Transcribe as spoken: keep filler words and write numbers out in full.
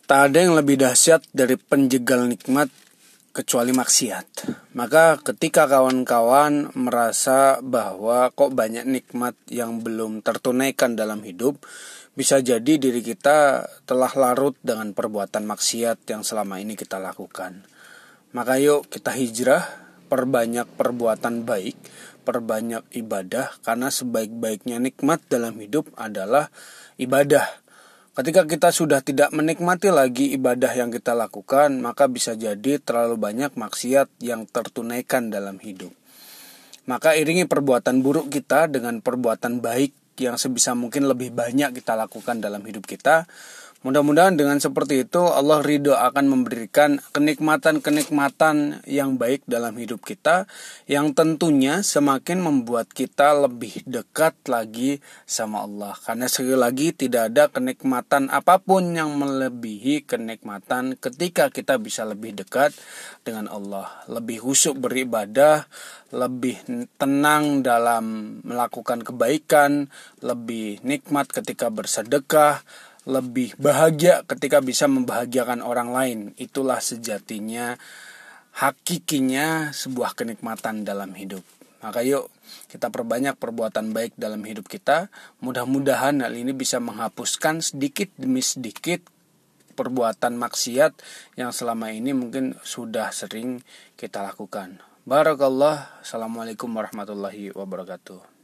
Tak ada yang lebih dahsyat dari penjegal nikmat kecuali maksiat. Maka ketika kawan-kawan merasa bahwa kok banyak nikmat yang belum tertunaikan dalam hidup, bisa jadi diri kita telah larut dengan perbuatan maksiat yang selama ini kita lakukan. Maka yuk kita hijrah, perbanyak perbuatan baik, perbanyak ibadah, karena sebaik-baiknya nikmat dalam hidup adalah ibadah. Ketika kita sudah tidak menikmati lagi ibadah yang kita lakukan, maka bisa jadi terlalu banyak maksiat yang tertunaikan dalam hidup. Maka iringi perbuatan buruk kita dengan perbuatan baik yang sebisa mungkin lebih banyak kita lakukan dalam hidup kita. Mudah-mudahan dengan seperti itu Allah ridho akan memberikan kenikmatan-kenikmatan yang baik dalam hidup kita, yang tentunya semakin membuat kita lebih dekat lagi sama Allah. Karena sekali lagi tidak ada kenikmatan apapun yang melebihi kenikmatan ketika kita bisa lebih dekat dengan Allah, lebih khusyuk beribadah, lebih tenang dalam melakukan kebaikan, lebih nikmat ketika bersedekah, lebih bahagia ketika bisa membahagiakan orang lain. Itulah sejatinya, hakikinya sebuah kenikmatan dalam hidup. Maka yuk kita perbanyak perbuatan baik dalam hidup kita. Mudah-mudahan hal ini bisa menghapuskan sedikit demi sedikit perbuatan maksiat yang selama ini mungkin sudah sering kita lakukan. Barakallah. Assalamualaikum warahmatullahi wabarakatuh.